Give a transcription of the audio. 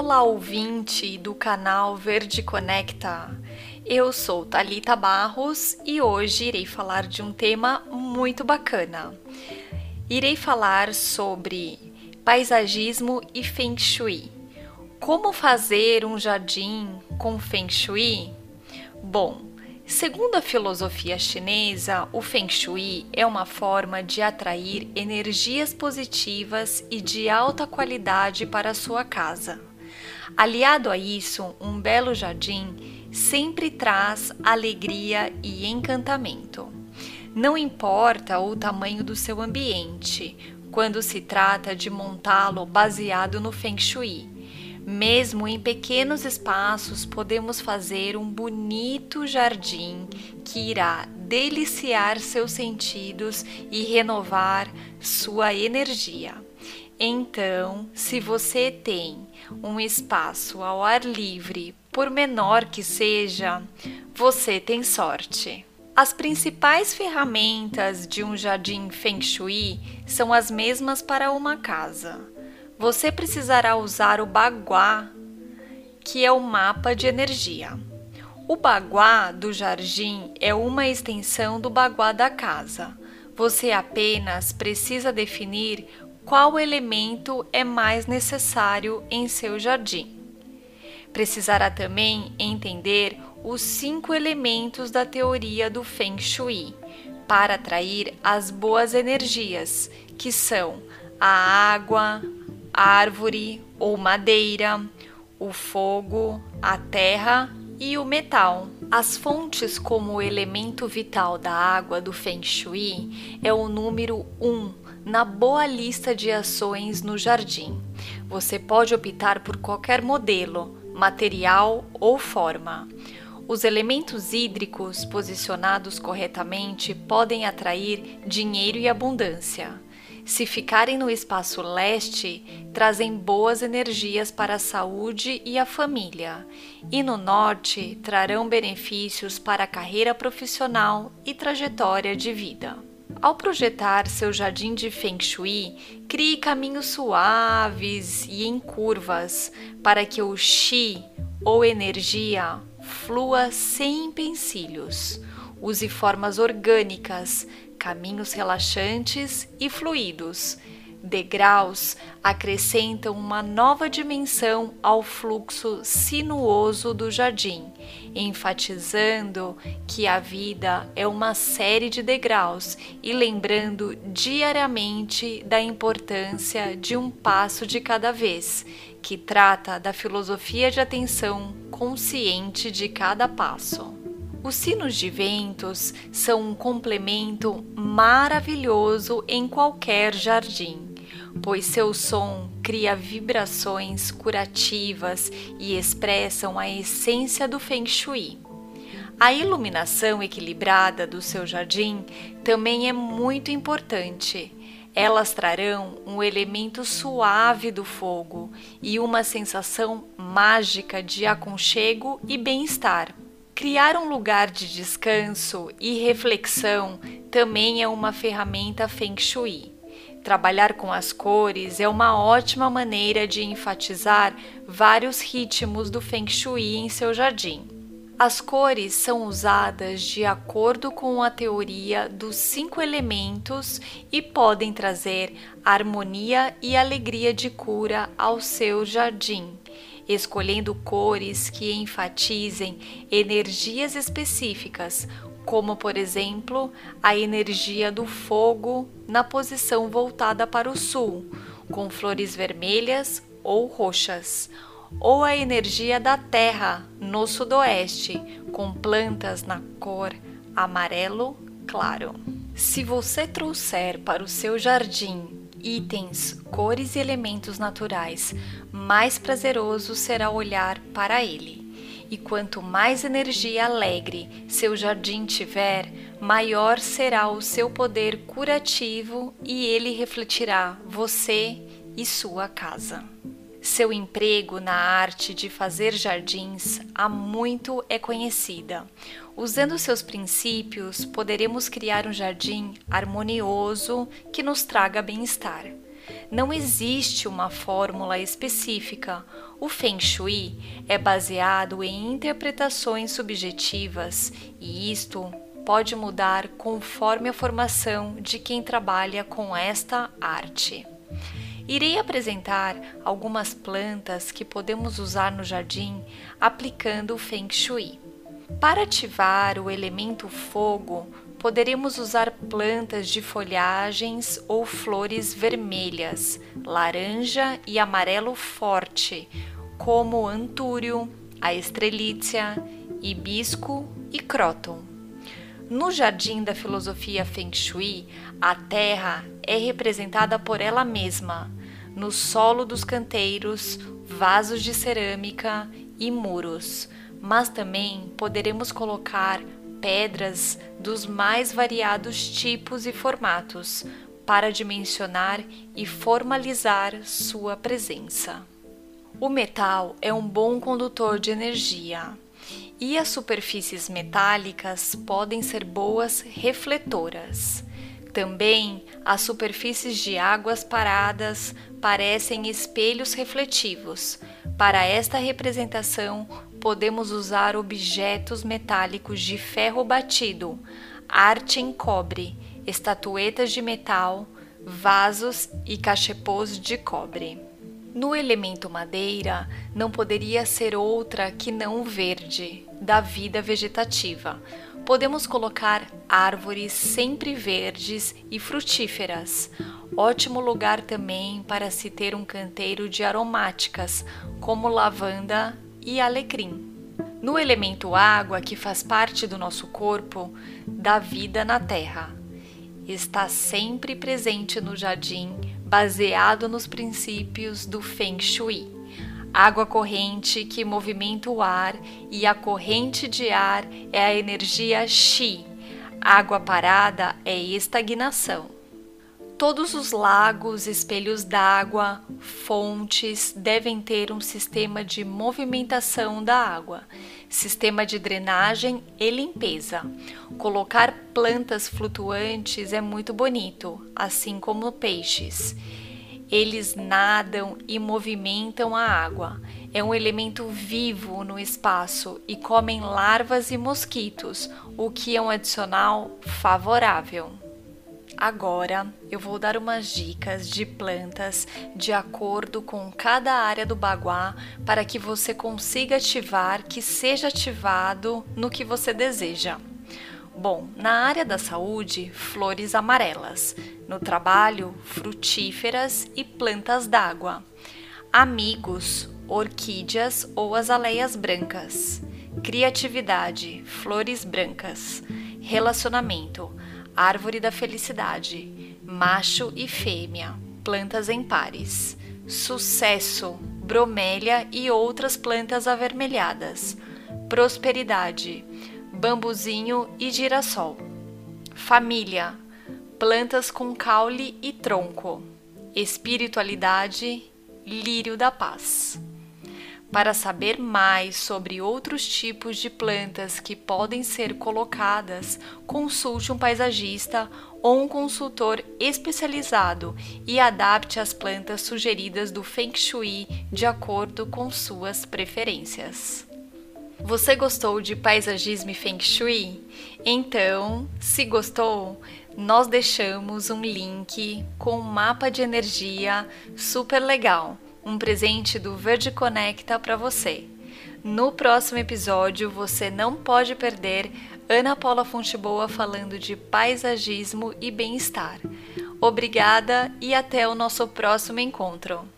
Olá, ouvinte do canal Verde Conecta. Eu sou Thalita Barros e hoje irei falar de um tema muito bacana. Irei falar sobre paisagismo e Feng Shui. Como fazer um jardim com Feng Shui? Bom, segundo a filosofia chinesa, o Feng Shui é uma forma de atrair energias positivas e de alta qualidade para a sua casa. Aliado a isso, um belo jardim sempre traz alegria e encantamento. Não importa o tamanho do seu ambiente, quando se trata de montá-lo baseado no Feng Shui. Mesmo em pequenos espaços, podemos fazer um bonito jardim que irá deliciar seus sentidos e renovar sua energia. Então, se você tem um espaço ao ar livre, por menor que seja, você tem sorte. As principais ferramentas de um jardim Feng Shui são as mesmas para uma casa. Você precisará usar o Bagua, que é o mapa de energia. O Bagua do jardim é uma extensão do Bagua da casa. Você apenas precisa definir qual elemento é mais necessário em seu jardim. Precisará também entender os 5 elementos da teoria do Feng Shui para atrair as boas energias, que são a água, árvore ou madeira, o fogo, a terra e o metal. As fontes como o elemento vital da água do Feng Shui é o número 1 na boa lista de ações no jardim. Você pode optar por qualquer modelo, material ou forma. Os elementos hídricos posicionados corretamente podem atrair dinheiro e abundância. Se ficarem no espaço leste, trazem boas energias para a saúde e a família. E no norte, trarão benefícios para a carreira profissional e trajetória de vida. Ao projetar seu jardim de Feng Shui, crie caminhos suaves e em curvas para que o Qi, ou energia, flua sem empecilhos. Use formas orgânicas, caminhos relaxantes e fluidos. Degraus acrescentam uma nova dimensão ao fluxo sinuoso do jardim, enfatizando que a vida é uma série de degraus e lembrando diariamente da importância de um passo de cada vez, que trata da filosofia de atenção consciente de cada passo. Os sinos de ventos são um complemento maravilhoso em qualquer jardim, pois seu som cria vibrações curativas e expressam a essência do Feng Shui. A iluminação equilibrada do seu jardim também é muito importante. Elas trarão um elemento suave do fogo e uma sensação mágica de aconchego e bem-estar. Criar um lugar de descanso e reflexão também é uma ferramenta Feng Shui. Trabalhar com as cores é uma ótima maneira de enfatizar vários ritmos do Feng Shui em seu jardim. As cores são usadas de acordo com a teoria dos 5 elementos e podem trazer harmonia e alegria de cura ao seu jardim, escolhendo cores que enfatizem energias específicas, como, por exemplo, a energia do fogo na posição voltada para o sul, com flores vermelhas ou roxas, ou a energia da terra no sudoeste, com plantas na cor amarelo claro. Se você trouxer para o seu jardim itens, cores e elementos naturais, mais prazeroso será olhar para ele. E quanto mais energia alegre seu jardim tiver, maior será o seu poder curativo e ele refletirá você e sua casa. Seu emprego na arte de fazer jardins há muito é conhecida. Usando seus princípios, poderemos criar um jardim harmonioso que nos traga bem-estar. Não existe uma fórmula específica. O Feng Shui é baseado em interpretações subjetivas e isto pode mudar conforme a formação de quem trabalha com esta arte. Irei apresentar algumas plantas que podemos usar no jardim aplicando o Feng Shui. Para ativar o elemento fogo, poderemos usar plantas de folhagens ou flores vermelhas, laranja e amarelo forte, como o antúrio, a estrelícia, hibisco e cróton. No jardim da filosofia Feng Shui, a terra é representada por ela mesma, no solo dos canteiros, vasos de cerâmica e muros, mas também poderemos colocar pedras dos mais variados tipos e formatos para dimensionar e formalizar sua presença. O metal é um bom condutor de energia e as superfícies metálicas podem ser boas refletoras. Também as superfícies de águas paradas parecem espelhos refletivos. Para esta representação, podemos usar objetos metálicos de ferro batido, arte em cobre, estatuetas de metal, vasos e cachepôs de cobre. No elemento madeira, não poderia ser outra que não o verde, da vida vegetativa. Podemos colocar árvores sempre verdes e frutíferas. Ótimo lugar também para se ter um canteiro de aromáticas, como lavanda e alecrim. No elemento água, que faz parte do nosso corpo, da vida na terra, está sempre presente no jardim, baseado nos princípios do Feng Shui. Água corrente que movimenta o ar e a corrente de ar é a energia Qi. Água parada é estagnação. Todos os lagos, espelhos d'água, fontes devem ter um sistema de movimentação da água, sistema de drenagem e limpeza. Colocar plantas flutuantes é muito bonito, assim como peixes. Eles nadam e movimentam a água. É um elemento vivo no espaço e comem larvas e mosquitos, o que é um adicional favorável. Agora eu vou dar umas dicas de plantas de acordo com cada área do baguá para que você consiga ativar, que seja ativado no que você deseja. Bom, na área da saúde, flores amarelas. No trabalho, frutíferas e plantas d'água. Amigos, orquídeas ou azaleias brancas. Criatividade, flores brancas. Relacionamento, árvore da felicidade. Macho e fêmea, plantas em pares. Sucesso, bromélia e outras plantas avermelhadas. Prosperidade, bambuzinho e girassol. Família, plantas com caule e tronco. Espiritualidade, lírio da paz. Para saber mais sobre outros tipos de plantas que podem ser colocadas, consulte um paisagista ou um consultor especializado e adapte as plantas sugeridas do Feng Shui de acordo com suas preferências. Você gostou de paisagismo e Feng Shui? Então, se gostou, nós deixamos um link com um mapa de energia super legal, um presente do Verde Conecta para você. No próximo episódio, você não pode perder Ana Paula Fonteboa falando de paisagismo e bem-estar. Obrigada e até o nosso próximo encontro.